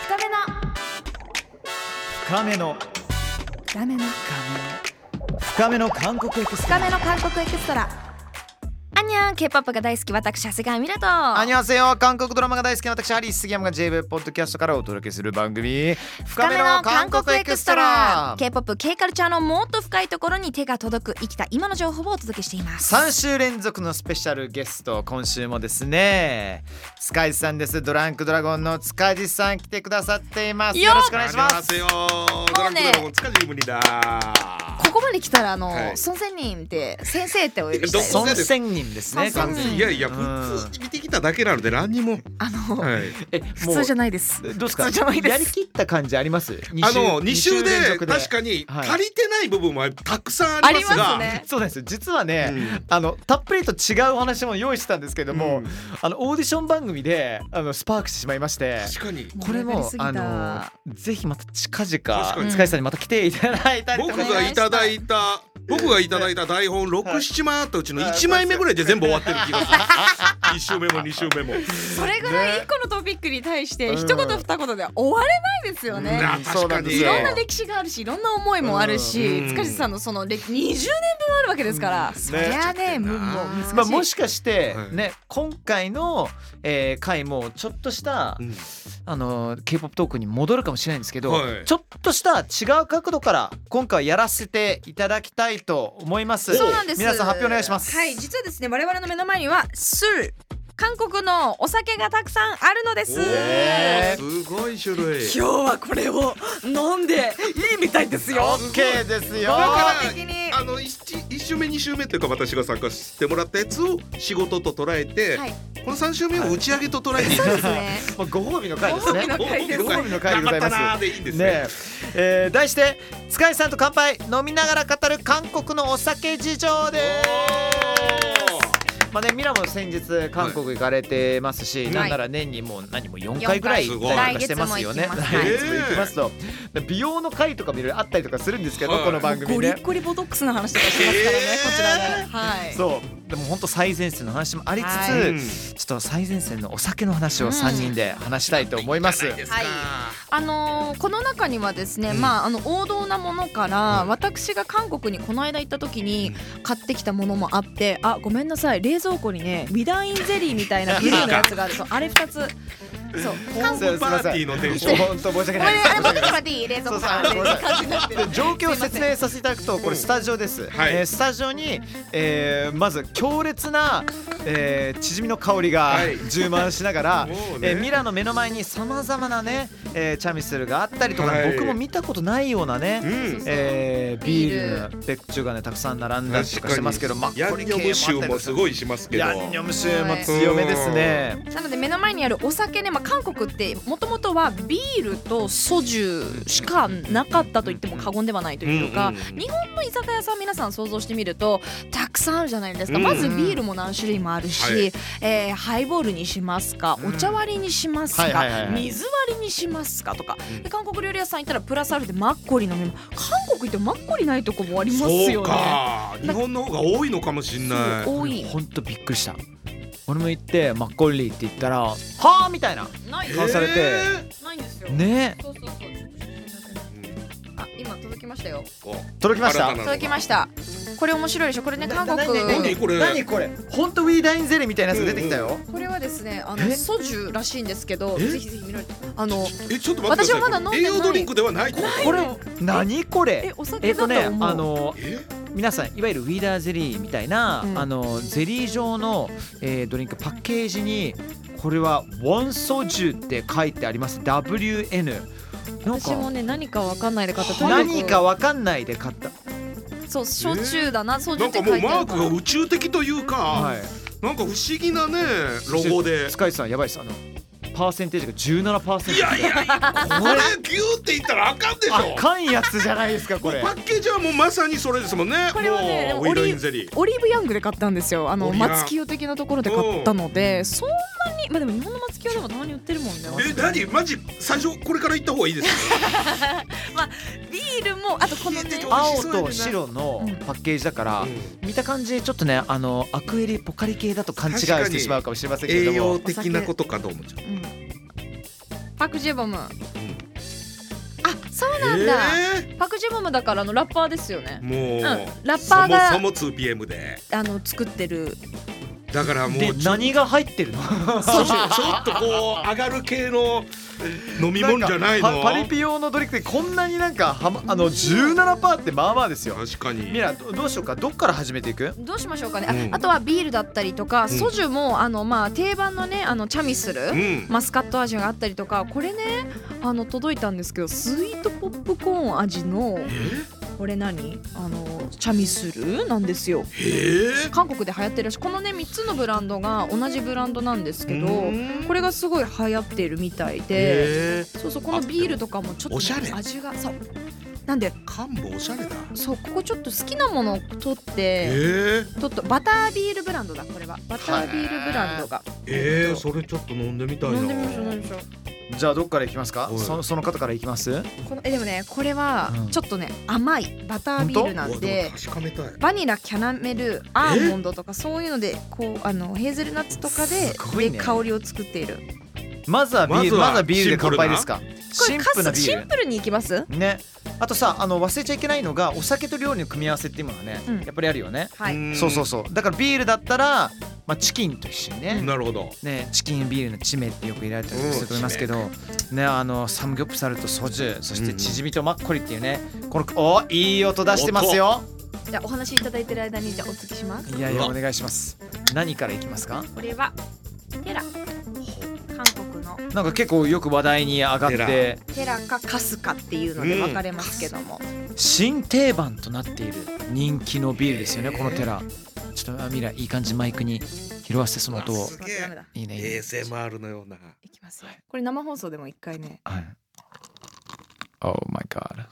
深めの韓国エクストラ。 アンニャン K-POP が大好き私長谷川ミラとアンニョンハセヨ。韓国ドラマが大好きな私ハリー杉山が J-WEB ポッドキャストからお届けする番組深めの韓国エクストラ。 K-POP、K カルチャーのもっと深いところに手が届く生きた今の情報をお届けしています。 3週連続のスペシャルゲスト、今週もですね塚地さんです。ドランクドラゴンの塚地さん来てくださっています。よろしくお願いします。 ドランクドラゴン塚地無理だ。 ここまで来たらはい孫仙人って先生ってお呼びしたいです。 孫仙人ですね。 孫仙人いやいや、普通に見てきただけなので何にも、はい、 普通じゃないです。 どうですか。 普通じゃないです。 やりきった感じあります？ 2週で確かに足りてない部分もたくさんありますが、 ね、 そうなんですよ。実はね、たっぷりと違うお話も用意してたんですけども、オーディション番組でスパークしてしまいまして、 確かにこれもぜひまた近々塚地さんにまた来ていただいたりとか、 僕がいただいた台本 6,7 枚あったうちの1枚目ぐらいで全部終わってる気がする。1週目も2週目もそれぐらい1個のトピックに対して一言二言で終われないですよね。 確かにいろんな歴史があるし、いろんな思いもあるし、塚地さんのその20年分あるわけですから、そりゃねもう難しい。 もしかしてね、今回の回もちょっとしたK-POP トークに戻るかもしれないんですけど、ちょっとした違う角度から今回やらせていただきたいと思います。 そうなんです。 皆さん発表お願いします。 はい、実はですね、我々の目の前には韓国のお酒がたくさんあるのです。 すごい種類。 今日はこれを飲んでいいみたいですよ。 OK ですよ。 だから1週目2週目っていうか、私が参加してもらったやつを仕事と捉えて、この3週目を打ち上げと捉えていいですね。 ご褒美の回ですね。 ご褒美の回でございます。 頑張ったなーでいいんですね。 題して塚地さんと乾杯、飲みながら語る韓国のお酒事情です。ミラも先日韓国行かれてますし、なんなら年にもう4回ぐらい行ったりしてますよね。来月も行きますと、美容の回とかもいろいろあったりとかするんですけど、この番組ねゴリッゴリボトックスの話とかしてますからね、こちらで。はい。 そうでも本当最前線の話もありつつ、ちょっと最前線のお酒の話を3人で話したいと思います。はい。 この中にはですね、王道なものから私が韓国にこの間行った時に買ってきたものもあって、ごめんなさい、冷蔵庫にねウィダインゼリーみたいなブルーのやつがあると、あれ2つ。そう、 韓国パーティーのテンション。 本当申し訳ないです。 あれ持ってきてもらっていい？冷蔵庫から状況を説明させていただくと、これスタジオです。スタジオにまず強烈なチヂミの香りが充満しながら、ミラの目の前にさまざまなねチャミスルがあったりとか、僕も見たことないようなねビールのベッチュがねたくさん並んだりとかしてますけど、 ヤンニョム臭もすごいしますけど、 ヤンニョム臭も強めですね。 なので目の前にあるお酒ね、韓国ってもともとはビールとソジュしかなかったと言っても過言ではないというか、日本の居酒屋さん皆さん想像してみるとたくさんあるじゃないですか。まずビールも何種類もあるし、ハイボールにしますか、お茶割りにしますか、水割りにしますかとかで、韓国料理屋さん行ったらプラスアルファでマッコリ飲みます。韓国行ってマッコリないとこもありますよね。 そうか、日本の方が多いのかもしれない。 多い。 ほんとびっくりした。俺も行ってマッコリって言ったらはぁみたいな顔されて、 ないんですよね。 そう今届きましたよ。 届きました。 届きました。これ面白いでしょ。これね、韓国何これほんとウィーダインゼリーみたいなやつ出てきたよ。 これはですね、ソジュらしいんですけど、ぜひぜひ見られて、 ちょっと待ってください。 私はまだ飲んでない。 栄養ドリンクではない。 これ何これ。 お酒だと思う。 皆さんいわゆるウィーダーゼリーみたいな、ゼリー状の、ドリンクパッケージにこれはウォンソジュって書いてあります。 WN。 私もね、何かわかんないで買った。 何かわかんないで買った。 そう、焼酎だな、ソジュなんかって書いてある。 もうマークが宇宙的というか、なんか不思議なねロゴで。 塚地さんやばいです。パーセンテージが 17%。 いやいや、これギューって言ったらあかんでしょ。 あかんやつじゃないですかこれ。 パッケージはもうまさにそれですもんね。 これはね、 ウィダインゼリーオリーブヤングで買ったんですよ。松清的なところで買ったので、そんなにでも日本の松清でもたまに売ってるもんね。 何マジ最初これから行った方がいいですよ。 ビールもあとこのね、 青と白のパッケージだから、見た感じちょっとねアクエリポカリ系だと勘違いしてしまうかもしれませんけれども、 栄養的なことかと思っちゃう。 パクジェボムそうなんだ、パクジェモムだからラッパーですよね。 もう、 ラッパーがそもそも 2PM で作ってる。 だからもうで何が入ってるのちょっとこう上がる系の飲み物じゃないの。 パリピ用のドリンクでこんなに17% ってまあまあですよ。 確かに。 ミラどうしようか、どっから始めていく？ どうしましょうかね。あとはビールだったりとか、ソジュも定番のねチャミスル、マスカット味があったりとか、これね届いたんですけど、スイートポップコーン味のこれ何チャミスルなんですよ。韓国で流行ってるし、このね3つのブランドが同じブランドなんですけど、これがすごい流行っているみたいで、そうそう、このビールとかもちょっと、ね、味がそうなんで缶もおしゃれだ。 そう、ここちょっと好きなものを取ってバタービールブランドだ。これはバタービールブランドがそれちょっと飲んでみたいな。 飲んでみましょう、飲んでみましょう。 じゃあどっからいきますか？その方からいきます？ でもね、これはちょっとね、甘いバタービールなんで、バニラ、キャラメル、アーモンドとかそういうのでこうヘーゼルナッツとかで香りを作っている。 まずはビールで乾杯ですか？シンプルにいきますね。あとさ、忘れちゃいけないのが、お酒と料理の組み合わせっていうものはね、やっぱりあるよね。そうだからビールだったらチキンと一緒にね。 なるほどね、チキンビールのチメってよく入れられたりすると思いますけどね、サムギョプサルとソジュ、そしてチヂミとマッコリっていうね、このいい音出してますよ。 じゃあお話しいただいてる間にじゃあお付きします。 いやお願いします。何からいきますか？ これはテラ、韓国のなんか結構よく話題に上がって、 テラかカスかっていうので分かれますけども、 新定番となっている人気のビールですよね、このテラ。ちょっとミラ、いい感じマイクに拾わせてその音を。いいね、 ASMR のような。 いきますよ。これ生放送でも一回ね。 はい。Oh my god。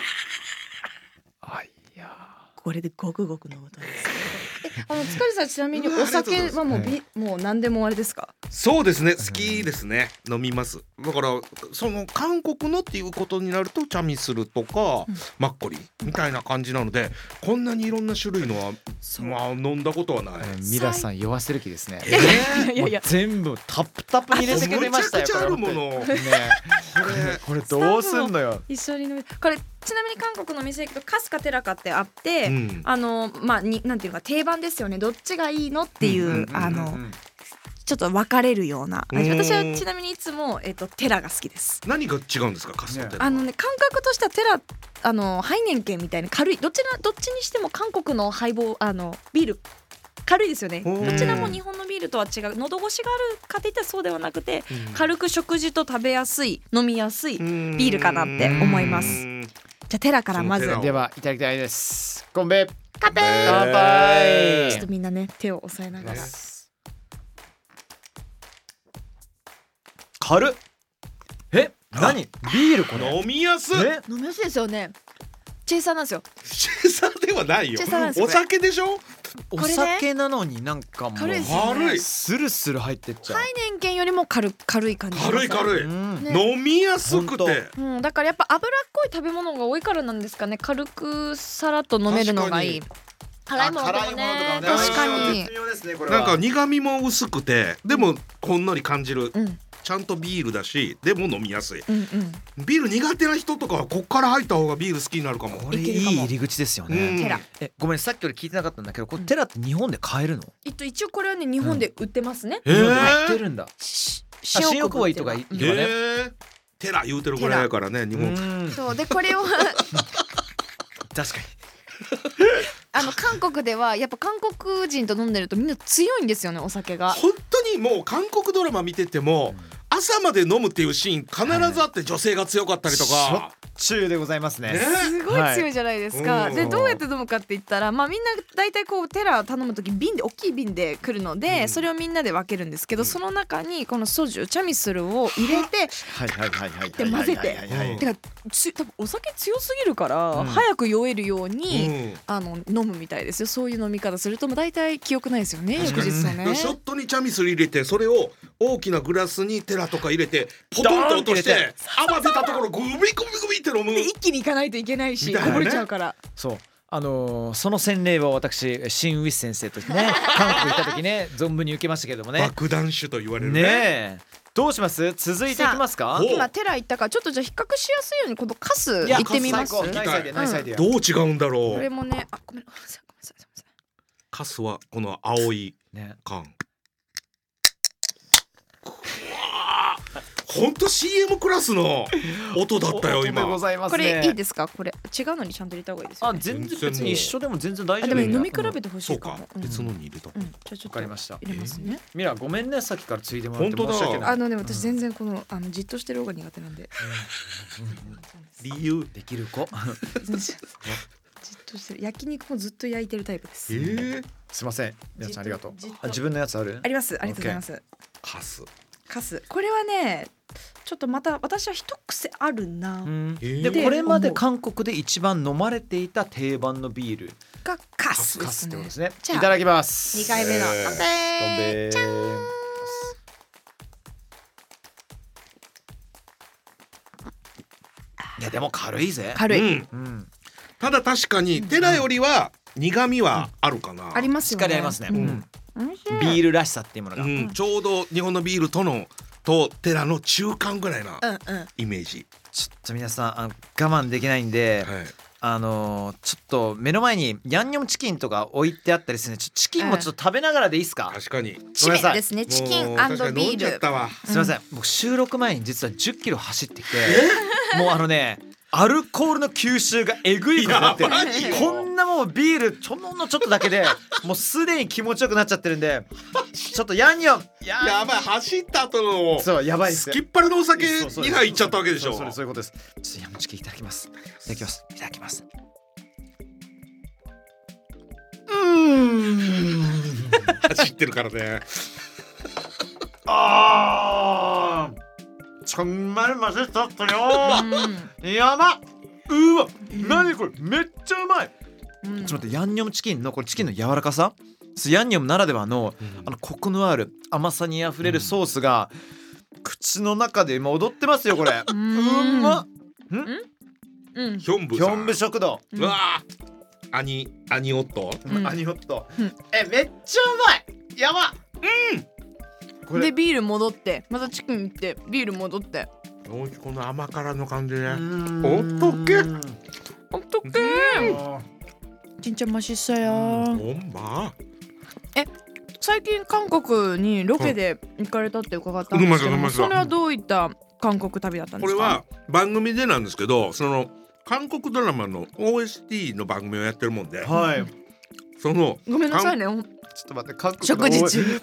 これでごくごく飲むとです。塚地さん、ちなみにお酒はもう何でもあれですか？ そうですね、好きですね。飲みます。だからその韓国のっていうことになるとチャミスルとかマッコリみたいな感じなので、こんなにいろんな種類のは飲んだことはない。 ミラさん酔わせる気ですね。 いや全部タップタップに入れてくれましたよ。 めちゃくちゃあるもの。 これどうすんのよ。 一緒に飲む。これちなみに韓国の店行くとカスかテラかってあって、なんていうか定番ですよね。どっちがいいのっていうちょっと分かれるような味。私はちなみにいつもテラが好きです。 何が違うんですか、カスとテラ？ 感覚としてはテラハイネンケンみたいに軽い。どっちにしても韓国のハイボービール軽いですよね。どちらも日本のビールとは違う。喉越しがあるかといったらそうではなくて、軽く食事と食べやすい、飲みやすいビールかなって思います。じゃあテラからまずではいただきたいです。コンベ乾杯。 乾杯。 ちょっとみんなね手を押さえながら。 軽っ。何？ビールこれ飲みやすい。 飲みやすいですよね。チェイサーなんですよ。 チェイサーではないよ。お酒でしょ。 お酒なのになんかもう軽いスルスル入ってっちゃう。 ハイネンケンよりも軽い感じ。 軽い、飲みやすくて、 だからやっぱ脂っこい食べ物が多いからなんですかね。軽くさらっと飲めるのがいい。辛いものとかね、確かに。 なんか苦味も薄くて、でもほんのり感じる。ちゃんとビールだし、でも飲みやすい。ビール苦手な人とかはこっから入った方がビール好きになるかも。 これいい入り口ですよね。 テラ。 ごめん、さっきより聞いてなかったんだけど、これテラって日本で買えるの？ 一応これはね日本で売ってますね。 売ってるんだ。新大久保とか行けばね。 テラ言うてるぐらいやからね、日本。 そうでこれを確かに。 韓国ではやっぱ韓国人と飲んでるとみんな強いんですよね、お酒が。 本当にもう韓国ドラマ見てても、朝まで飲むっていうシーン必ずあって、女性が強かったりとか。 中でございますね。 すごい強いじゃないですか。でどうやって飲むかって言ったら、みんな大体こうテラ頼む時瓶で大きい瓶で来るので、それをみんなで分けるんですけど、その中にこのソジュチャミスルを入れてで混ぜて、てか多分お酒強すぎるから早く酔えるように飲むみたいですよ。そういう飲み方すると大体記憶ないですよね、翌日のね。 ショットにチャミスル入れて、それを大きなグラスにテラとか入れてポトンと落として、泡出たところグビグビグビって飲む。 で一気にいかないといけないし、こぼれちゃうから。 そうその洗礼は私シン・ウィス先生とね韓国行った時ね存分に受けましたけどもね。 爆弾酒と言われるね。 どうします？続いていきますか？ 今テラ行ったからちょっとじゃあ比較しやすいようにこのカス行ってみます。 ナイサイでナイサイで。 どう違うんだろう。 これもね、ごめんなさい。 カスはこの青い缶。ほんと CM クラスの音だったよ今。 これいいですか？これ違うのにちゃんと入れた方がいいですよね。 全然別に一緒でも全然大丈夫。 でも飲み比べてほしいかも。 別のに入れた。 じゃあちょっとわかりました。 入れますね。 ミラごめんね、さっきからついてもらって申し訳ない。 でも私全然このじっとしてる方が苦手なんで。 理由できる子。 じっとしてる。焼肉もずっと焼いてるタイプです。 すいません、皆さんありがとう。自分のやつある？ あります。ありがとうございます。カス。これはね、ちょっとまた私は一癖あるな。 でこれまで韓国で一番飲まれていた定番のビールがカスってことですね。いただきます。 2回目の乾杯。 いやでも軽いぜ。 軽い。 ただ確かにテラよりは苦味はあるかな。 ありますよね。 しっかりありますね。ビールらしさっていうものが。 ちょうど日本のビールとテラの中間ぐらいなイメージ。 ちょっと皆さん我慢できないんで、ちょっと目の前にヤンニョムチキンとか置いてあったりするんで、チキンもちょっと食べながらでいいですか？ 確かに。 締めですね。チキン&ビール。 すみません、僕収録前に実は10キロ走ってきて、もうアルコールの吸収がえぐいことになってる。こんなもうビールちょっとだけでもうすでに気持ちよくなっちゃってるんで、ちょっとヤンニョムやばい、走った後のそうやばいです。 すきっぱりのお酒2杯いっちゃったわけでしょ。 そういうことです。ちょっとヤンニョムチキンいただきます。いただきます。 走ってるからね。 정말 맛있었어요.やばっ。うわ、何これ、めっちゃうまい。ちょっと待って、ヤンニョムチキンのこれチキンの柔らかさ、ヤンニョムならではのコクのある甘さにあふれるソースが口の中で今踊ってますよこれ。うまっ。 ヒョンブさん。 ヒョンブ食堂。 うわアニオット。 アニオット。めっちゃうまい。やばっ。 でビール戻ってまたチキン行ってビール戻って。 この甘辛の感じね。おっとけ。 진짜 맛있어요. 엄마. 最近韓国にロケで行かれたって伺ったんですけど、それはどういった韓国旅だったんですか？ これは番組でなんですけど、その韓国ドラマの OST の番組をやってるもんで、そのごめんなさいね。 ちょっと待って、韓国の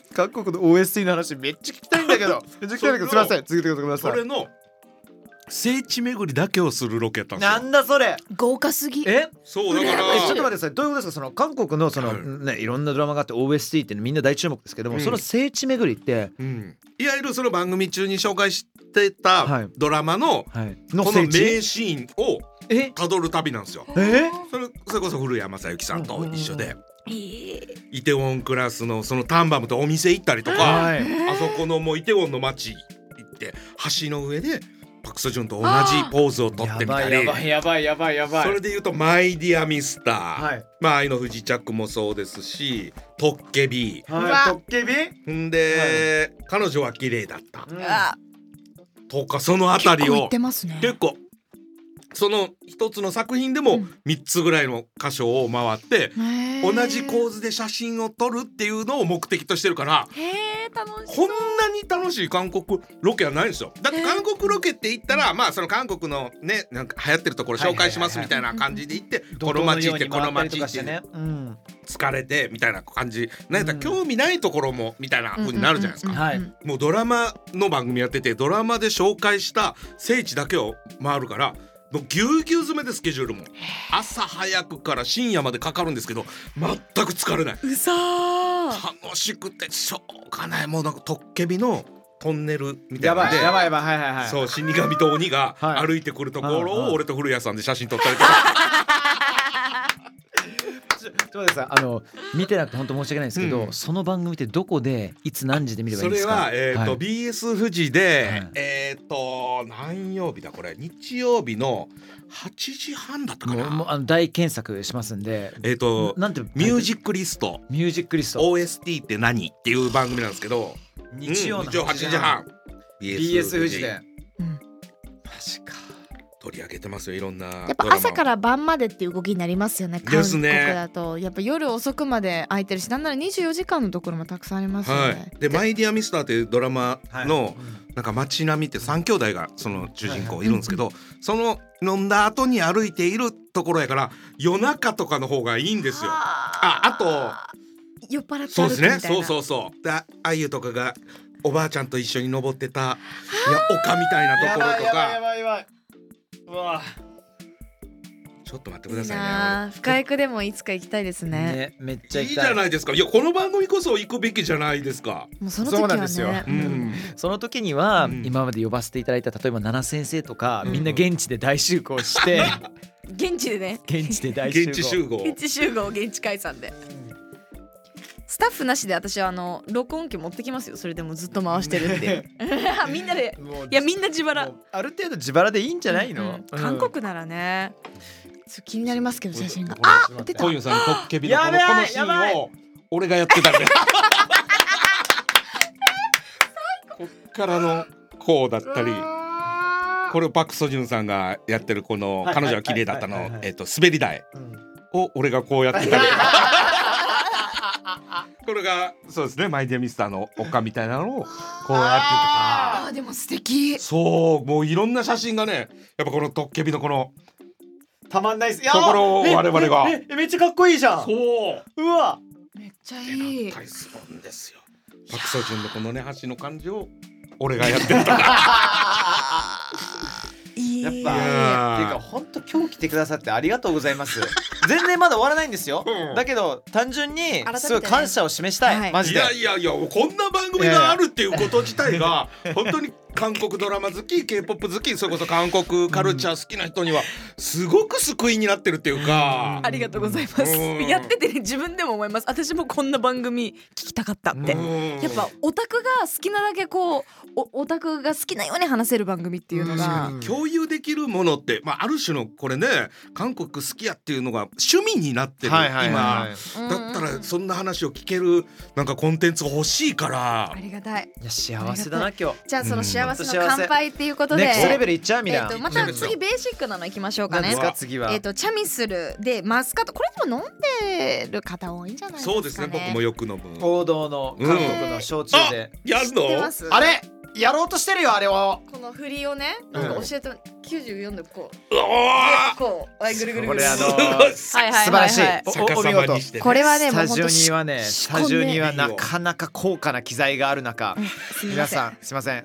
OST の話めっちゃ聞きたいんだけど、すみません、続けてください。 それの聖地巡りだけをするロケやったんですよ。 なんだそれ。 豪華すぎ。 そうだから。 ちょっと待ってください。どういうことですか？その韓国のいろんなドラマがあって OST ってみんな大注目ですけども、その聖地巡りって、 いわゆるその番組中に紹介してたドラマのこの名シーンをたどる旅なんですよ。それこそ古谷正幸さんと一緒で。イテウォンクラスのそのタンバムとお店行ったりとか、あそこのもうイテウォンの街行って橋の上でパクソジュンと同じポーズをとってみたり。 やばい。 それで言うとマイディアミスター、愛の不時着もそうですし、トッケビんで、彼女は綺麗だったとか、そのあたりを結構その一つの作品でも3つぐらいの箇所を回って同じ構図で写真を撮るっていうのを目的としてるから、こんなに楽しい韓国ロケはないんですよ。だって韓国ロケって言ったら、まあその韓国のね、なんか流行ってるところ紹介しますみたいな感じで行って、この街行ってこの街行って疲れてみたいな感じ、なんか興味ないところもみたいな風になるじゃないですか。もうドラマの番組やってて、ドラマで紹介した聖地だけを回るから、ぎゅうぎゅう詰めでスケジュールも朝早くから深夜までかかるんですけど、全く疲れない。楽しくてしょうがない。もうなんかトッケビのトンネルみたいなので、 やばい、 そう、死神と鬼が歩いてくるところを俺と古谷さんで写真撮ったりとか。 ちょっとさ、見てなくて本当申し訳ないんですけど、その番組ってどこでいつ何時で見ればいいんですか？ それはBS 富士で何曜日だこれ、日曜日の8時半だったかな。 もう大検索しますんで、 なんてミュージックリスト OST って何っていう番組なんですけど、 日曜の 8時半 BS 富士で、 うん、 マジか。 取り上げてますよ、いろんな。 やっぱ朝から晩までっていう動きになりますよね。韓国だとやっぱ夜遅くまで空いてるし、なんなら24時間のところもたくさんありますよね。 はい、でマイディアミスターというドラマの、 はい、 なんか街並みって3兄弟がその主人公いるんですけど、その飲んだ後に歩いているところやから夜中とかの方がいいんですよ。あと酔っ払ってそうですね、 歩くみたいな。 そうで、あゆとかがおばあちゃんと一緒に登ってた丘みたいなところとか。 やばい。うわ、 ちょっと待ってくだいいさいね。 な。深井区でもいつか行きたいですね。 ね、めっちゃいいじ行きたい。 ゃないですか。いや、この番組こそ行くべきじゃないですか。 もうその時そうなはんですよね。 うんその時には、 うん今まで呼ばせていただいた例えば奈々先生とか、 うんみんな現地で大集合して現地でね、 現地で大集合現地集合。 現地集合、現地解散で。スタッフなしで私は録音機持ってきますよ。それでもずっと回してるっていうみんなで、 もういやみんな自腹もうある程度自腹でいいんじゃないの、 うん韓国ならね。 そう気になりますけど写真が。 あ出たコンユさんにトッケビのこやべえのシやばいーンを俺がやってたんでこっからのこうだったり、これをパク・ソジュンさんがやってるこのはい彼女は綺麗だったのはいはいはい滑り台を俺がこうやってたりこれがそうですね、マイディアミスターの丘みたいなのをこうやってとか。 あーでも素敵。 そう、もういろんな写真がね、やっぱこのトッケビのこのたまんないっす。 ところを我々がめっちゃかっこいいじゃん。 そううわ、 めっちゃいい。 大スポンですよ。パク・ソジュンのこのね橋の感じを俺がやってるとかいい。 やっぱっていういやーか本当今日来てくださってありがとうございます。全然まだ終わらないんですよ、 うんだけど単純に改めてねすごい感謝を示したい、 はいマジで。 いやいやいや、こんな番組があるっていうこと自体が本当に韓国ドラマ好き、 K-POP 好き、それこそ韓国カルチャー好きな人にはすごく救いになってるっていうか、 ありがとうございます。 うんやっててね、自分でも思います。私もこんな番組聞きたかったって。 うんやっぱオタクが好きなだけこうオタクが好きなように話せる番組っていうのが、 うん共有できるものって、ある種のこれね、韓国好きやっていうのが趣味になってる、 はいはいはいはい今だったらそんな話を聞けるなんかコンテンツが欲しいからあ。りがたい。 いや幸せだな今日。 じゃあその幸せのうん乾杯っていうことで、 ネクストレベルいっちゃうみたいな。 また次ベーシックなのいきましょうかね何です。か次は。 チャミスルでマスカット、これでも飲んでる方多いんじゃないですかね。 そうですね、僕もよく飲む。 王道の韓国の焼酎で。 やる知ってまの？ す？ あれやろうとしてるよあれを。 この振りをね、なんか教えて、94でこううわこうはいぐるぐるぐる。 これーはいすはいはい素晴らしいはい。 逆さまにしてねこれはねスタジオもう本当にはね、スタジオにはなかなか高価な機材がある中、 すみません。 皆さんすいません。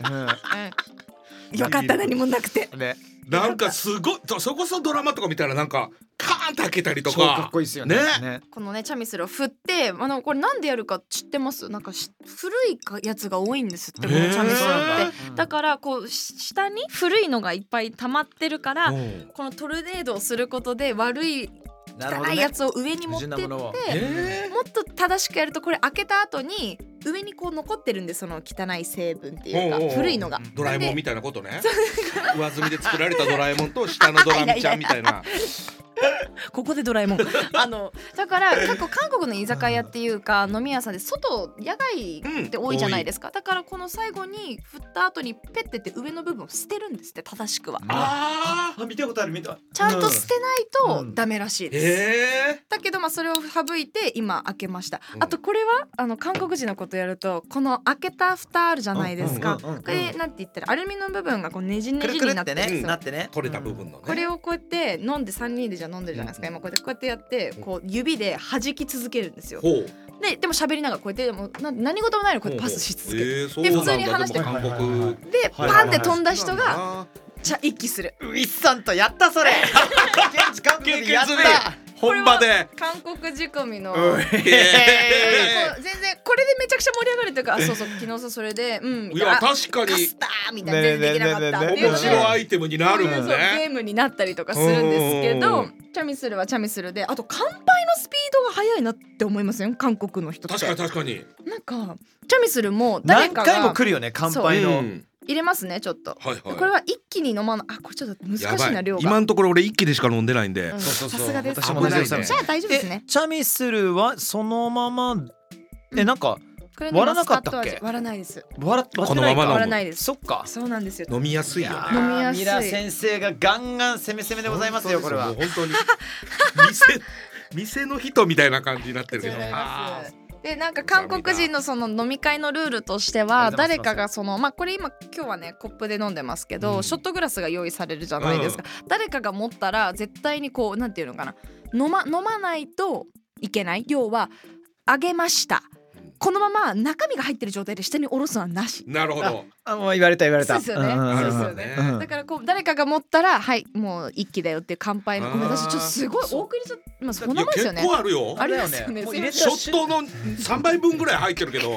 よかった、何もなくて。 ね、 なんかすごい、そこそドラマとか見たらなんかカーンって開けたりとか超かっこいいですよね。 ねこのねチャミスルを振ってこれなんでやるか知ってます？なんか古いやつが多いんですってこのチャミスルそうなんって。 だだからこう下に古いのがいっぱい溜まってるから、 うんこのトルネードをすることで悪いなるほどね汚いやつを上に持ってって、 不純なものをもっと正しくやるとこれ開けた後に上にこう残ってるんで、その汚い成分っていうかおうおうおう古いのが。 ドラえもんみたいなことね。上積みで作られたドラえもんと下のドラミちゃんみたいな。 ここでドラえもんだから結構韓国の居酒屋っていうか飲み屋さんで外野外って多いじゃないですか、だからこの最後に振った後にペッてって上の部分を捨てるんですって正しくは。 あ見たことある見た。 ちゃんと捨てないうんとダメらしいーです、 えだけどそれを省いて今開けました、 うんあとこれは韓国人のことやるとこの開けた蓋あるじゃないですか、 うんうんうんうんこれなんて言ったらアルミの部分がこうねじねくるくるじになっってねてるんですよなってね。 取れた部分のね。 これをこうやって飲んで3人でじゃあ飲んでるじゃないですか、今こうやってやってこう指で弾き続けるんですよ。 ほう。 でも喋りながらこうやってでも何事もないのこうやってパスし続ける。 そうなんだ。 で普通に話してでも韓国ではいパンって飛んだ人がが一気する。 ウィッサンとやったそれ。現地韓国でやっ経験済た。 本場で。 韓国仕込みの。 ういこう全然これでめちゃくちゃ盛り上がるというか、そうそう昨日さそれでみいやたいな、 確かにカスターみたいな全然できなかったっていうので面白いアイテムになるもんそうゲね。 ームになったりとかするんですけうどん、 チャミスルはチャミスルで、あと乾杯のスピードが速いなって思いますよ韓国の人って。 確かに確かに。 なんかチャミスルも誰か何回もが来るよね乾杯の。 うん入れますねちょっと。 はいはい。 これは一気に飲まない。これちょっと難しやばいな量が。 今のところ俺一気でしか飲んでないんで。 うんそうそうそうさすがです。 私も同じですじゃあ大丈夫ですね。 チャミスルはそのままなんかこれね割らなかったっけ？ マスカット味割らないです。 割ってないか。 このまま飲む割らないです。 そっか。 そうなんですよ。 飲みやすいよね。 飲みやすい。 ミラ先生がガンガン攻めでございますよこれは。 もう本当に店の人みたいな感じになってるけど。 でなんか韓国人のその飲み会のルールとしては誰かがそのこれ今日はねコップで飲んでますけど、ショットグラスが用意されるじゃないですか、誰かが持ったら絶対にこうなんていうのかな、飲まないといけない。要はあげました、このまま中身が入ってる状態で下に下ろすのはなし。 なるほど。 もう言われた。 そうですよね。そうですよね。だからこう誰かが持ったらはいもう一気だよっていう乾杯の。ごめんなさいちょっとすごい多く入れちゃってそんなもんですよね。 結構あるよ。 ありますよね。 入れたショットの3杯分ぐらい入ってるけど。 いや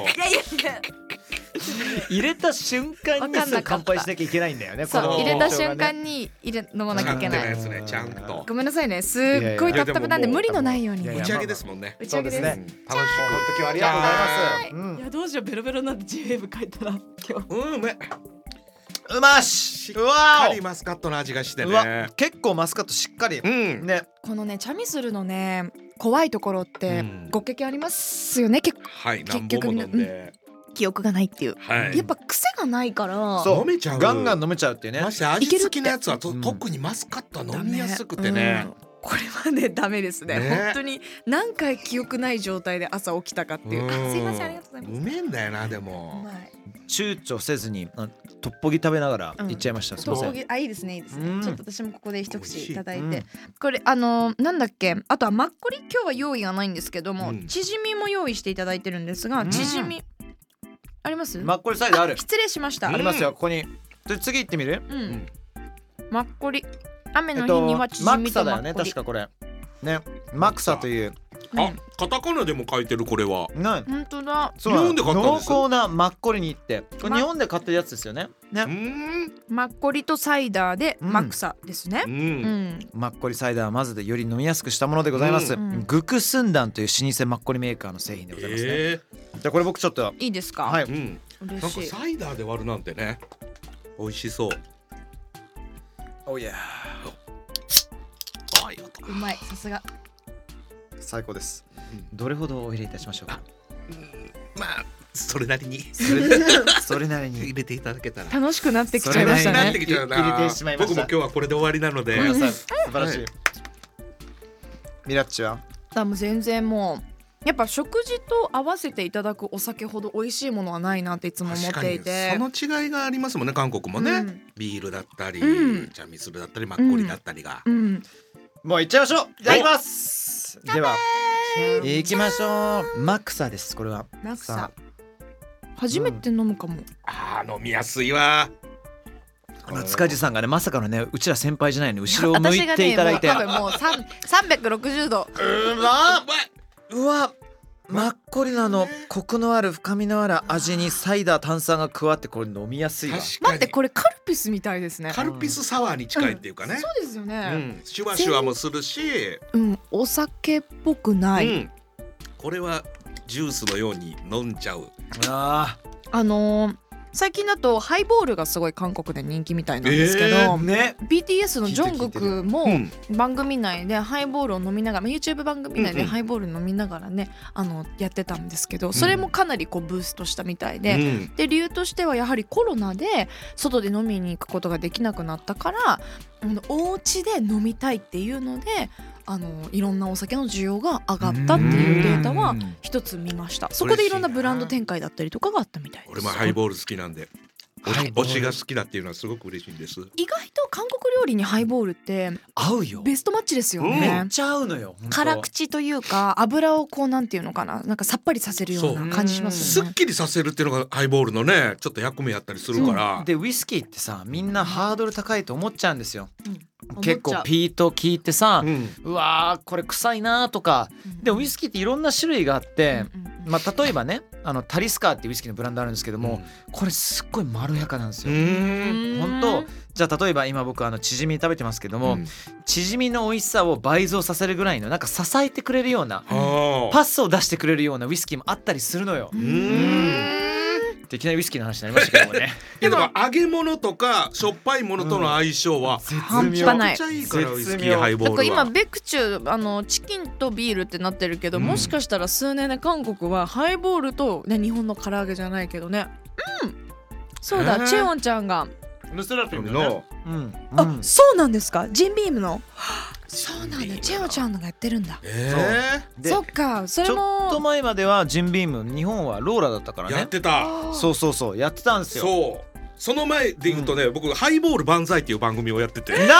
入れた瞬間に乾杯しなきゃいけないんだよね。 そう入れた瞬間に飲まなきゃいけない。 ちゃんと。 ごめんなさいねすっごいタッタブなんで無理のないように。 打ち上げですもんね。 打ち上げです。 楽しくこの時はありがとうございます。 いやどうしようベロベロになって J-Wave 書いたら今日。 うめ。 うまし。 しっかりマスカットの味がしてね。 結構マスカットしっかり。ね。 このねチャミスルのね怖いところってご経験ありますよね。 はい。結局記憶がないっていう、やっぱ癖がないから飲めちゃう。 ガンガン飲めちゃうっていうね。 まして味付きのやつは特にマスカットは飲みやすくてね。 これはねダメですね。本当に何回記憶ない状態で朝起きたかっていう。すいませんありがとうございます。 うめえんだよなでも。 躊躇せずにトッポギ食べながらいっちゃいました。すみません。 いいですねいいですね。ちょっと私もここで一口いただいて、これなんだっけ、あとはマッコリ今日は用意がないんですけども、チヂミも用意していただいてるんですが、チヂミあります？ マッコリサイドある。 失礼しました。 ありますよここに。次行ってみる？ マッコリ雨の日にはチヂミとマッコリ。マクサだよね確かこれね。マクサという。 カタカナでも書いてるこれは。 本当だ。 日本で買ったんです。 濃厚なマッコリに行ってこれ日本で買ってるやつですよね。 マッコリとサイダーでマクサですね。 マッコリサイダーはまずでより飲みやすくしたものでございます。グクスンダンという老舗マッコリメーカーの製品でございますね。じゃあこれ僕ちょっといいですか？ はい。 なんかサイダーで割るなんてね美味しそう。 おいや。 うまいさすが。 最高です。どれほどお入れいたしましょうか？ まあそれなりにそれなりに入れていただけたら楽しくなってきちゃいましたね。 入れてしまいました。 僕も今日はこれで終わりなので。 素晴らしい。ミラッチは？ もう全然もうやっぱ食事と合わせていただくお酒ほど美味しいものはないなっていつも思っていて。 その違いがありますもんね韓国もね。ビールだったりチャミスルだったりマッコリだったりが。 もういっちゃいましょう。いただきます。では行きましょう。マクサです。これはマクサ初めて飲むかも。 飲みやすいわ。 塚地さんがねまさかのねうちら先輩じゃないの後ろを向いていただいて。 私がねもう多分もう360度。 うわマッコリのコクのある深みのある味にサイダー炭酸が加わってこれ飲みやすいわ。 待ってこれカルピスみたいですね。 カルピスサワーに近いっていうかね。 そうですよね。 シュワシュワもするし、 お酒っぽくない。 これはジュースのように飲んじゃう。 最近だとハイボールがすごい韓国で人気みたいなんですけど、BTS のジョングクも番組内でハイボールを飲みながら YouTube 番組内でハイボール飲みながらねやってたんですけど、それもかなりこうブーストしたみたいで、で理由としてはやはりコロナで外で飲みに行くことができなくなったからお家で飲みたいっていうのでいろんなお酒の需要が上がったっていうデータは一つ見ました。そこでいろんなブランド展開だったりとかがあったみたいです。 俺もハイボール好きなんで推しが好きだっていうのはすごく嬉しいんです。 意外と韓国料理にハイボールって合うよ。 ベストマッチですよね。 めっちゃ合うのよ。 辛口というか油をこうなんていうのかな、なんかさっぱりさせるような感じしますよね。 すっきりさせるっていうのがハイボールのねちょっと役目やったりするから。 でウイスキーってさみんなハードル高いと思っちゃうんですよ。結構ピート聞いてさ、うわーこれ臭いなとか、でウイスキーっていろんな種類があって、例えばねタリスカーっていうウイスキーのブランドあるんですけども、これすっごいまろやかなんですよ。本当じゃあ例えば今僕チヂミ食べてますけども、チヂミの美味しさを倍増させるぐらいのなんか支えてくれるような、パスを出してくれるようなウイスキーもあったりするのよ。 いきなりウイスキーの話になりましたけどもねでも揚げ物とかしょっぱいものとの相性は半端ない。 めちゃくちゃいいからウイスキーハイボールは。 だから今ベクチュチキンとビールってなってるけど、もしかしたら数年で韓国はハイボールとね、日本の唐揚げじゃないけどね。そうだ、チェウォンちゃんがルセラピムの、 あ、そうなんですか。ジンビームの。そうなんだ、チェオちゃんのがやってるんだ。そっか、それもちょっと前まではジンビーム、日本はローラだったからね。 やってた。 そうやってたんですよ。 そう。その前で言うとね、僕ハイボール万歳っていう番組をやってて。 何そ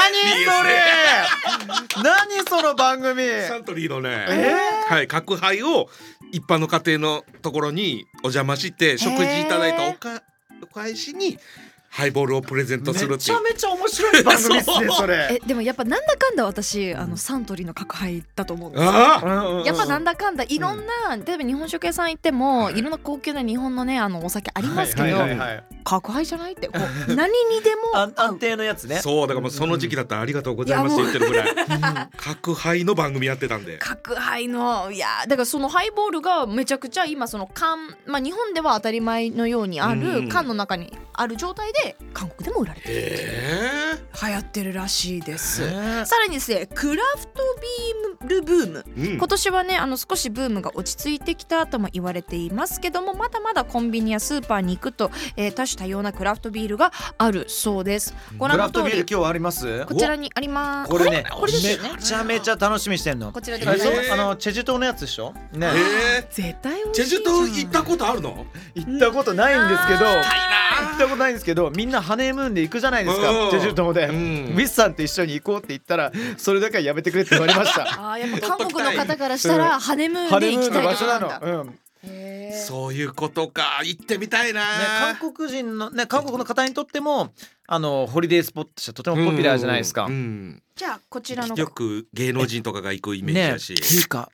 れ何その番組。 サントリーのね、はい、角杯を一般の家庭のところにお邪魔して食事いただいたお返しにハイボールをプレゼントするっていう。 めちゃめちゃ面白い番組ですねそれ。 でもやっぱなんだかんだ私サントリーの角杯だと思うんですよ。やっぱなんだかんだいろんな、例えば日本食屋さん行っても、いろんな高級な日本のねお酒ありますけど、角杯じゃないってこう何にでも安定のやつね。 そうだからもうその時期だったらありがとうございますって言ってるぐらい角杯の番組やってたんで。 角杯のだからそのハイボールがめちゃくちゃ今その缶、日本では当たり前のようにある缶の中にある状態で韓国でも売られてる、流行ってるらしいです。さらにですね、クラフトビールブーム、今年はね少しブームが落ち着いてきたとも言われていますけども、まだまだコンビニやスーパーに行くと、多種多様なクラフトビールがあるそうです。 ご覧の通りクラフトビール今日あります。 こちらにあります。 これね、 これですよね。 めちゃめちゃ楽しみにしてんの。 こちらでございます。 チェジュ島のやつでしょね。 絶対美味しい。 チェジュ島行ったことあるの？ 行ったことないんですけど、みんなハネームーンで行くじゃないですか、チェジュ島で。ウィスさんと一緒に行こうって言ったら、それだけはやめてくれって言われました。 やっぱ韓国の方からしたらハネムーンで行きたい場所なの。 そういうことか、行ってみたいな。 韓国人の韓国の方にとってもホリデースポットとしてとてもポピュラーじゃないですか。 じゃあこちらのよく芸能人とかが行くイメージだし。 っていうか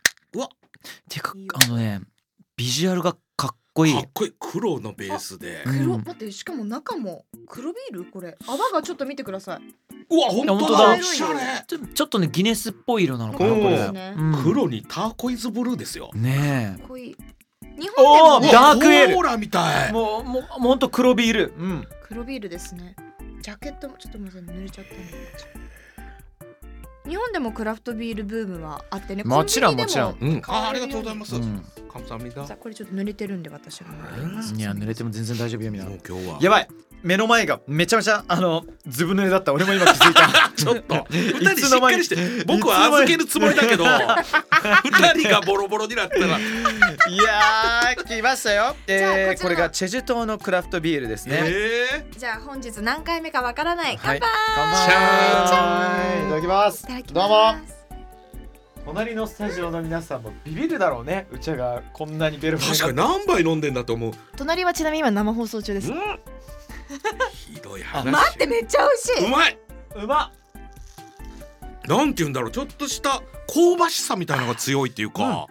ビジュアルがかっこいい。 黒のベースで。 待って、しかも中も黒ビール。これ泡がちょっと見てください。 うわ、本当だ。 ちょっとねギネスっぽい色なのかなこれ。 黒にターコイズブルーですよね。 かっこいい。日本でもダークエール。コーラみたい。 もう本当黒ビール。 黒ビールですね。ジャケットもちょっと濡れちゃったね。日本でもクラフトビールブームはあってね。 もちろん。 ありがとうございます。さあこれちょっと濡れてるんで私がいや濡れても全然大丈夫よみんな。 今日はやばい、目の前がめちゃめちゃずぶ濡れだった。俺も今気づいた。 ちょっと2人しっかりして。僕は預けるつもりだけど2人がボロボロになったら。いや来ましたよ。これがチェジュ島のクラフトビールですね。 じゃあ本日何回目かわからない。乾杯。 いただきます。どうも。 す。 隣のスタジオの皆さんもビビるだろうね。うちがこんなにベロベロ。 確かに何杯飲んでんだと思う。 隣はちなみに今生放送中です。 ひどい話。 待って、めっちゃ美味しい。 うまい。 うまっ。 なんて言うんだろう、ちょっとした香ばしさみたいなのが強いっていうか。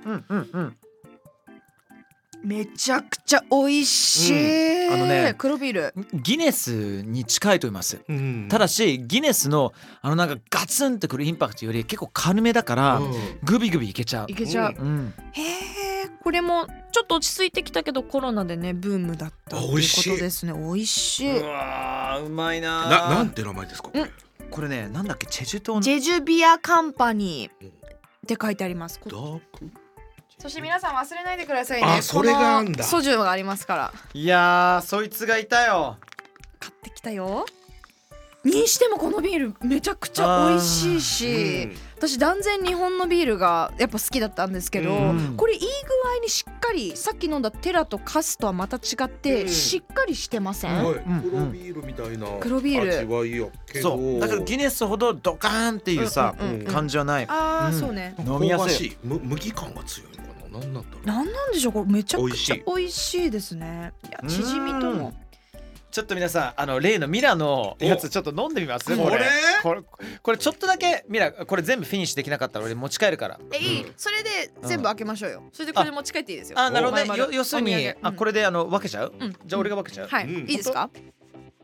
めちゃくちゃ美味しい。黒ビールギネスに近いと思います。ただしギネスのなんかガツンとくるインパクトより結構軽めだからグビグビいけちゃう。 へえ、これもちょっと落ち着いてきたけどコロナでねブームだったっていうことですね。美味しい。 うわうまいな。 なんて名前ですかこれ。 これね、なんだっけ、チェジュ島のジェジュビアカンパニーって書いてあります。そして皆さん忘れないでくださいね。 それがあんだ。 ソジュがありますから。 いやそいつがいたよ。 買ってきたよ。にしてもこのビールめちゃくちゃ美味しいし、私断然日本のビールがやっぱ好きだったんですけど、これいい具合にしっかりさっき飲んだテラとカスとはまた違ってしっかりしてません？ 黒ビールみたいな黒ビール味わいやけど、 そうだからギネスほどドカーンっていうさ感じはない。 そうね。 飲みやすい。麦感が強いのかな。なんなんだろう。 なんでしょう。これめちゃくちゃ美味しいですね。いやチヂミとも。 ちょっと皆さん例のミラのやつちょっと飲んでみます？これちょっとだけミラ、これ全部フィニッシュできなかったら俺持ち帰るから。 いい、それで全部開けましょうよ。それでこれ持ち帰っていいですよ。 なるほどね。要するにこれで分けちゃう？じゃあ俺が分けちゃう。 はい、いいですか？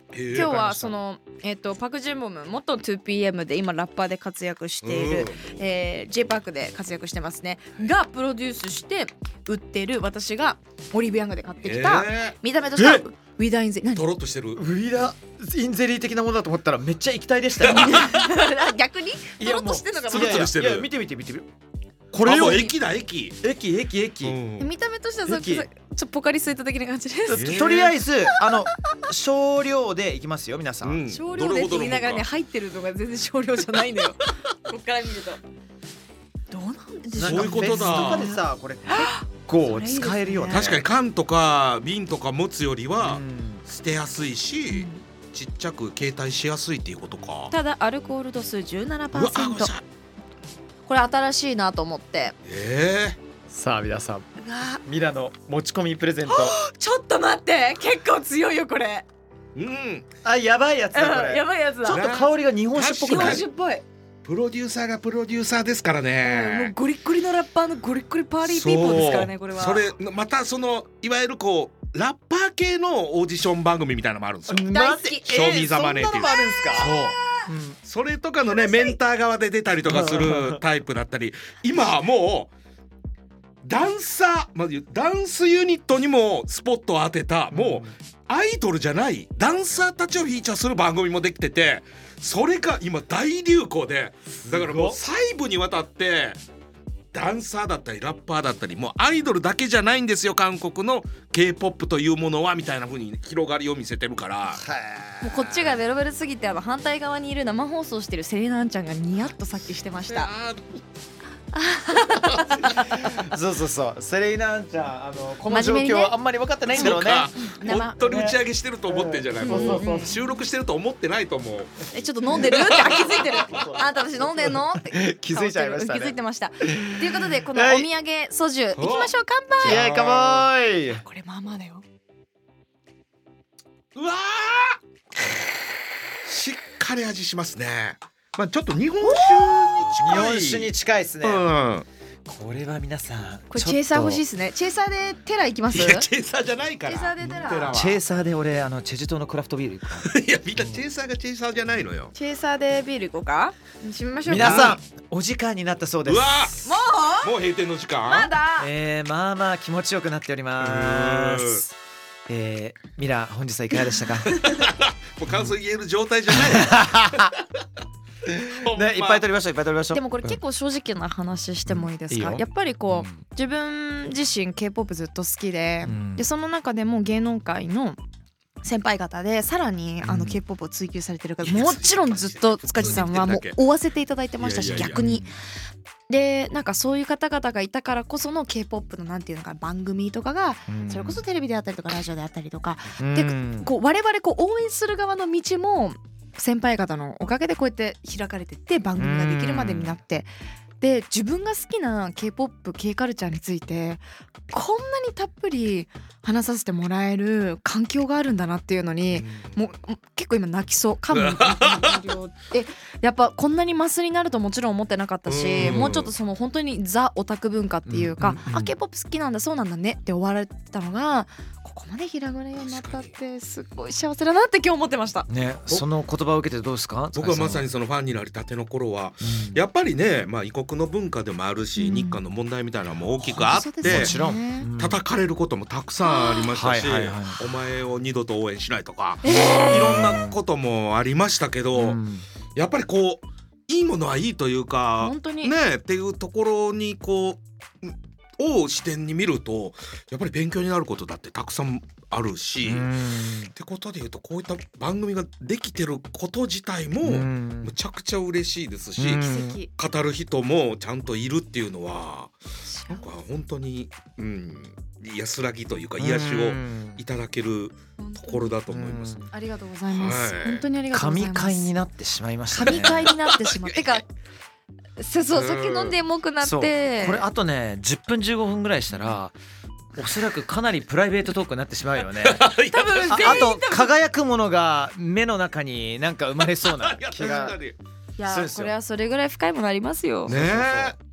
今日はその、パク・ジュンボム元 2PM で今ラッパーで活躍している、J-PARK で活躍してますねがプロデュースして売ってる私がオリーブヤングで買ってきた、見た目としてはウィダーインゼリーとろっとしてるウィダーインゼリー的なものだと思ったらめっちゃ液体でしたよ逆にとろっとしてるのがつるつるしてる。 いや見てこれよ液だ液見た目としてはちょっとポカリスエット的な感じです。 とりあえず少量でいきますよ皆さん。 少量でって言いながらね入ってるのが全然少量じゃないのよこっから見るとどうなんでしょう。 そういうことだ。 フェスとかでさこれ結構使えるよね。 確かに缶とか瓶とか持つよりは捨てやすいし、ちっちゃく携帯しやすいっていうことか。 ただアルコール度数 17%。これ新しいなと思って。 さあ皆さんミラの持ち込みプレゼントちょっと待って結構強いよこれ。 やばいやつだこれ。 やばいやつだ。 ちょっと香りが日本酒っぽくない？ 日本酒っぽい。 プロデューサーがプロデューサーですからね。 もうゴリッゴリのラッパーのゴリッゴリパーリーピーポーですからねこれは。 それまたそのいわゆるこうラッパー系のオーディション番組みたいなのもあるんですよ。 大好き。 ショーミーザマネーっていう。 そんなのもあるんですか？ それとかのねメンター側で出たりとかするタイプだったり、今はもうダンスユニットにもスポットを当てた、もうアイドルじゃないダンサーたちをフィーチャーする番組もできてて、それが今大流行で、だからもう細部にわたってダンサーだったりラッパーだったり、もうアイドルだけじゃないんですよ韓国の K-POP というものはみたいな風に広がりを見せてるから。 もうこっちがベロベロすぎて反対側にいる生放送してるセリナアンちゃんがニヤッとさっきしてました。 そうセレイナアンちゃんこの状況あんまり分かってないんだろうね。 本当に打ち上げしてると思ってんじゃない、もう収録してると思ってないと思う。 ちょっと飲んでるって気づいてるあんた私飲んでんのって気づいちゃいましたね。 気づいてましたということでこのお土産ソジュいきましょう。乾杯。 イエーイカモーイ。 これまあまあだよ。 うわしっかり味しますね。まあちょっと日本酒に近いですね。これは皆さんこれチェイサー欲しいですね。チェイサーでテラ行きます？ いやチェイサーじゃないから。 チェイサーでテラ。 チェイサーで俺チェジュ島のクラフトビール行くか。 いやみんなチェイサーがチェイサーじゃないのよ。 チェイサーでビール行こうか。締めましょう。 皆さんお時間になったそうです。 うわもう閉店の時間。 まだ。 まあまあ気持ちよくなっております。ミラ本日はいかがでしたか？ もう感想言える状態じゃないね、いっぱい取りましょう。 でもこれ結構正直な話してもいいですか？やっぱりこう自分自身 K-POP ずっと好きで、でその中でも芸能界の先輩方でさらにK-POP を追求されてる方、もちろんずっと塚地さんはもう追わせていただいてましたし、逆にでなんかそういう方々がいたからこその K-POP のなんていうのか番組とかがそれこそテレビであったりとかラジオであったりとかでこう我々こう応援する側の道も先輩方のおかげでこうやって開かれてって番組ができるまでになって、で自分が好きな K-POP、K カルチャーについてこんなにたっぷり話させてもらえる環境があるんだなっていうのに、もう結構今泣きそう。感無量やっぱこんなにマスになるともちろん思ってなかったし、もうちょっとその本当にザオタク文化っていうか、K-POP 好きなんだそうなんだねって終わられてたのがここまで広がるようになったってすごい幸せだなって今日思ってましたね。その言葉を受けてどうですか？ 僕はまさにそのファンになりたての頃は、やっぱりね、まあ、異国の文化でもあるし、日韓の問題みたいなのも大きくあって、叩かれることもたくさんありましたし、お前を二度と応援しないとか、いろんなこともありましたけど、やっぱりこういいものはいいというか本当にねっていうところにこうを視点に見るとやっぱり勉強になることだってたくさんあるし、ってことでいうとこういった番組ができてること自体もむちゃくちゃ嬉しいですし、語る人もちゃんといるっていうのはなんか本当に、安らぎというか癒しをいただけるところだと思います。 ありがとうございます、本当にありがとうございます。 神回になってしまいましたね。 神回になってしまってかそう酒飲んでエモくなって、 これあとね10分15分ぐらいしたらおそらくかなりプライベートトークになってしまうよね。 多分あと輝くものが目の中になんか生まれそうな気が。 いやこれはそれぐらい深いものありますよ。 ね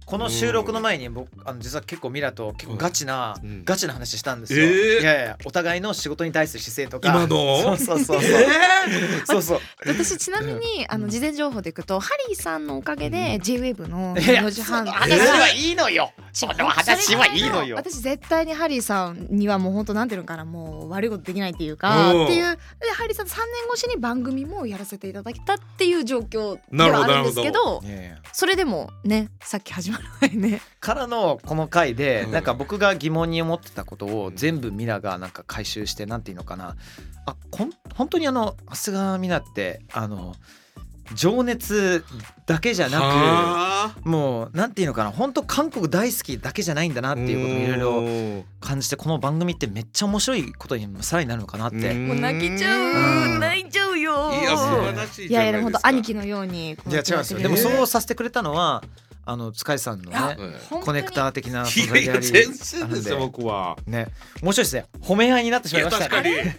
この収録の前に僕実は結構ミラと結構ガチな話したんですよ。いやお互いの仕事に対する姿勢とか。 今のそう私ちなみに事前情報でいくとハリーさんのおかげで J-WAVE の4時半話はいいのよ。その話はいいのよ。 私絶対にハリーさんにはもう本当なんていうのかな、もう悪いことできないっていうかっていうで、ハリーさんと3年越しに番組もやらせていただいたっていう状況ではあるんですけど、それでもね、さっき始まる前ねからのこの回でなんか僕が疑問に思ってたことを全部ミラがなんか回収して、なんていうのかな、本当に長谷川ミラって情熱だけじゃなく、もうなんていうのかな、本当韓国大好きだけじゃないんだなっていうことをいろいろ感じて、この番組ってめっちゃ面白いことにさらになるのかなって。 もう泣いちゃうよ。 いや素晴らしいじゃないですか。 いや本当兄貴のように。 いや違うんですよ。でもそうさせてくれたのは塚地さんのねコネクター的な存在であり、 全然ですよ僕はね、面白いですね。褒め合いになってしまいましたね。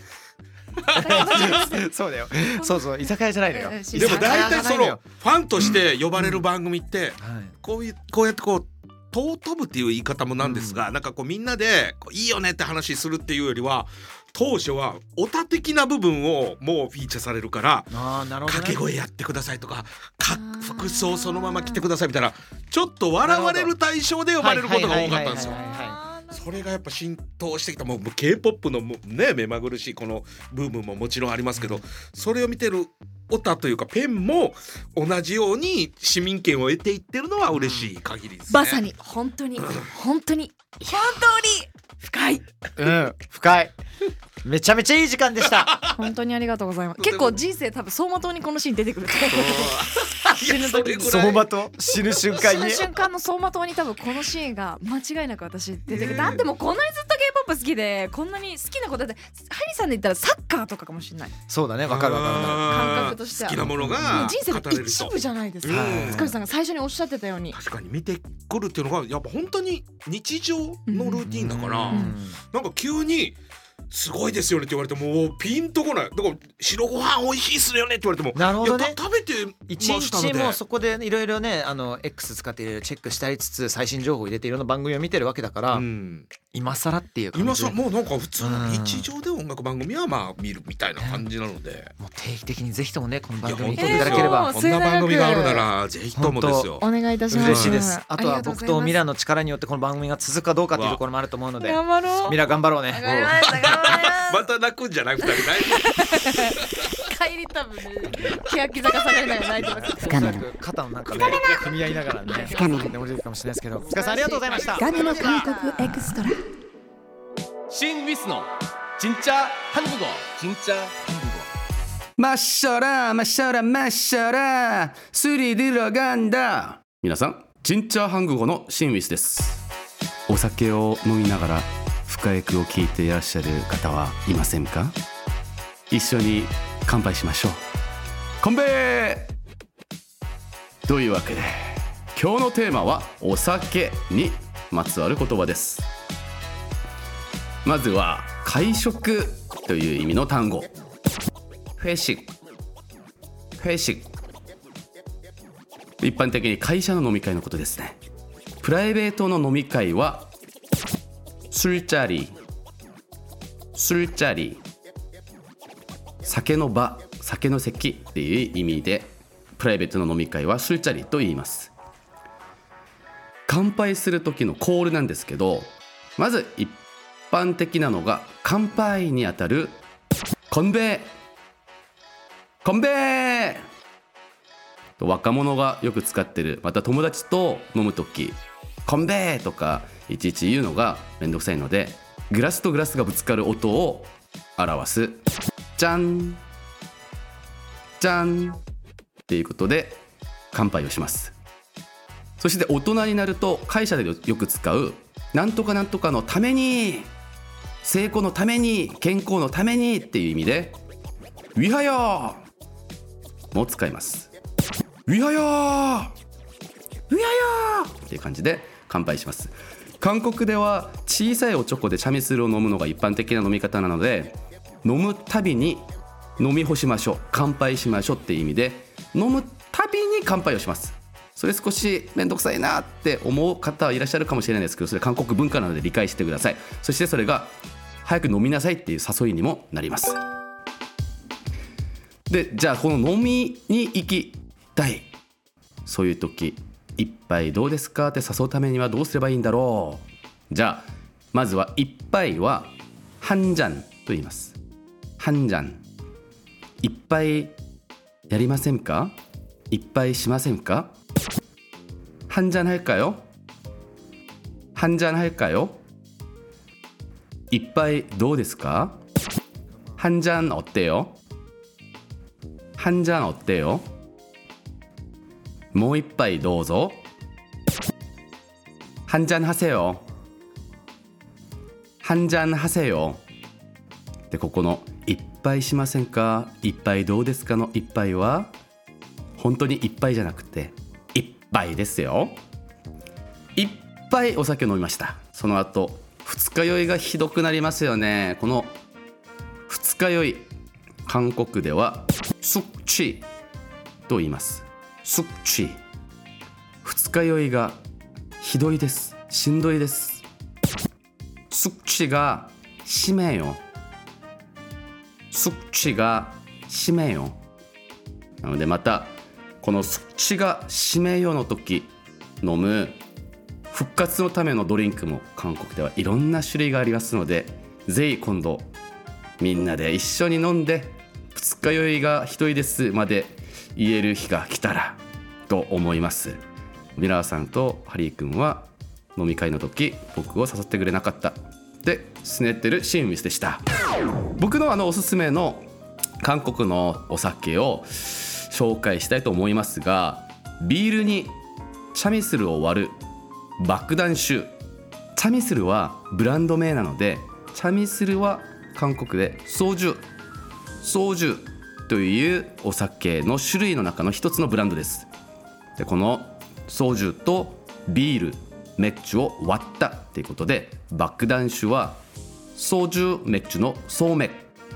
そうだよ。そう居酒屋じゃないのよ。 でも大体そのファンとして呼ばれる番組ってこうやって尊ぶっていう言い方もなんですが、なんかみんなでいいよねって話するっていうよりは、当初はオタ的な部分をもうフィーチャーされるから、掛け声やってくださいとか服装そのまま着てくださいみたいな、ちょっと笑われる対象で呼ばれることが多かったんですよ。それがやっぱ浸透してきた。もう K-POP のね目まぐるしいこのブームももちろんありますけど、それを見てるオタというかペンも同じように市民権を得ていってるのは嬉しい限りですね。 まさに本当に深い。 深い。めちゃめちゃいい時間でした。 本当にありがとうございます。結構人生多分走馬灯にこのシーン出てくる。死ぬ時に走馬灯、死ぬ瞬間に、 死ぬ瞬間の走馬灯に多分このシーンが間違いなく私出てくる。だってもうこんなにずっと K-POP 好きで、こんなに好きなことで、ハリーさんで言ったらサッカーとかかもしれない。 そうだね、わかる感覚としては好きなものが人生の一部じゃないですか。塚地さんが最初におっしゃってたように、 確かに見てくるっていうのがやっぱ本当に日常のルーティンだから、なんか急にすごいですよねって言われてもうピンとこない。だから白ご飯美味しいっすよねって言われても、 なるほどね、 食べて一日もそこでいろいろねX 使っていろいろチェックしたりつつ最新情報を入れていろんな番組を見てるわけだから、今更っていう感じ。 今更もうなんか普通の日常で音楽番組はまあ見るみたいな感じなので、 もう定期的にぜひともねこの番組見ていただければ、 こんな番組があるならぜひともですよ。 お願いいたします。 嬉しいです。あとは僕とミラの力によってこの番組が続くかどうかっていうところもあると思うので、ミラ頑張ろうね。 また泣くんじゃない？2人帰り多分ね欅坂下がれないよ泣いてます。 肩のなんかね組み合いながらね降りるかもしれないですけど、塚さんありがとうございました。 ガネの韓国エクストラ。 신 위스노 진짜 한국어 진짜 한국어 마셔라 마셔라 마셔라 술이 들어간다. 皆さん진짜 한국어の신 위스です。お酒を飲みながら深エクを聞いていらっしゃる方はいませんか？一緒に乾杯しましょう。乾杯。というわけで今日のテーマはお酒にまつわる言葉です。まずは会食という意味の単語、회식。一般的に会社の飲み会のことですね。プライベートの飲み会は술자리。酒の場、酒の席っていう意味でプライベートの飲み会は술자리と言います。乾杯する時のコールなんですけど、まず一般的なのが乾杯にあたる乾杯。若者がよく使ってる、また友達と飲む時乾杯とかいちいち言うのがめんどくさいので、グラスとグラスがぶつかる音を表すじゃんじゃんっていうことで乾杯をします。そして大人になると会社でよく使うなんとかなんとかのために、成功のために、健康のためにっていう意味でウィハヤーも使います。ウィハヤーっていう感じで乾杯します。韓国では小さいおちょこでチャミスルを飲むのが一般的な飲み方なので、飲むたびに飲み干しましょう、乾杯しましょうっていう意味で飲むたびに乾杯をします。 それ少しめんどくさいなって思う方はいらっしゃるかもしれないですけど、それ韓国文化なので理解してください。そしてそれが早く飲みなさいっていう誘いにもなります。でじゃあこの飲みに行きたい、そういう時一杯どうですかって誘うためにはどうすればいいんだろう。じゃあまずは一杯は한 잔と言います。한 잔、一杯やりませんか、一杯しませんか、한 잔 할까요? 한 잔 할까요?一杯どうですか、한 잔 어때요? 한 잔 어때요?もう一杯どうぞ、한 잔 하세요. 한 잔 하세요. でここの一杯しませんか、一杯どうですかの一杯は本当に一杯じゃなくて一杯ですよ。一杯お酒を飲みました。その後二日酔いがひどくなりますよね。この二日酔い、韓国ではスクチと言います。スクチ、二日酔いがひどいです、しんどいです。スクチが심해요。スクチが심해요。なのでまたこのスクチが심해요の時飲む復活のためのドリンクも韓国ではいろんな種類がありますので、ぜひ今度みんなで一緒に飲んで二日酔いがひどいですまで言える日が来たらと思います。ミラーさんとハリー君は飲み会の時僕を誘ってくれなかったで拗ねってるシンミスでした。僕のおすすめの韓国のお酒を紹介したいと思いますが、ビールにチャミスルを割る爆弾酒。チャミスルはブランド名なので、チャミスルは韓国でソジュというお酒の種類の中の一つのブランドです。でこのソジュとビールメッチュを割ったということで、爆弾酒はソジュメッチュのソーメ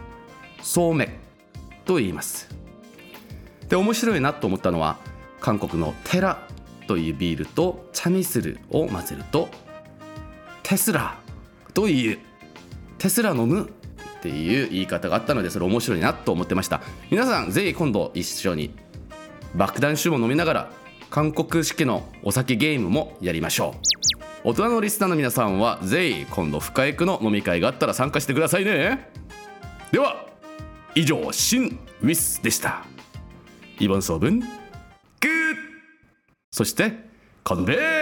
と言います。で面白いなと思ったのは、韓国のテラというビールとチャミスルを混ぜるとテスラという、テスラ飲むっていう言い方があったので、それ面白いなと思ってました。皆さんぜひ今度一緒に爆弾酒も飲みながら韓国式のお酒ゲームもやりましょう。大人のリスナーの皆さんはぜひ今度深井区の飲み会があったら参加してくださいね。では以上新ウィスでした。イボンソーブングー、そして건배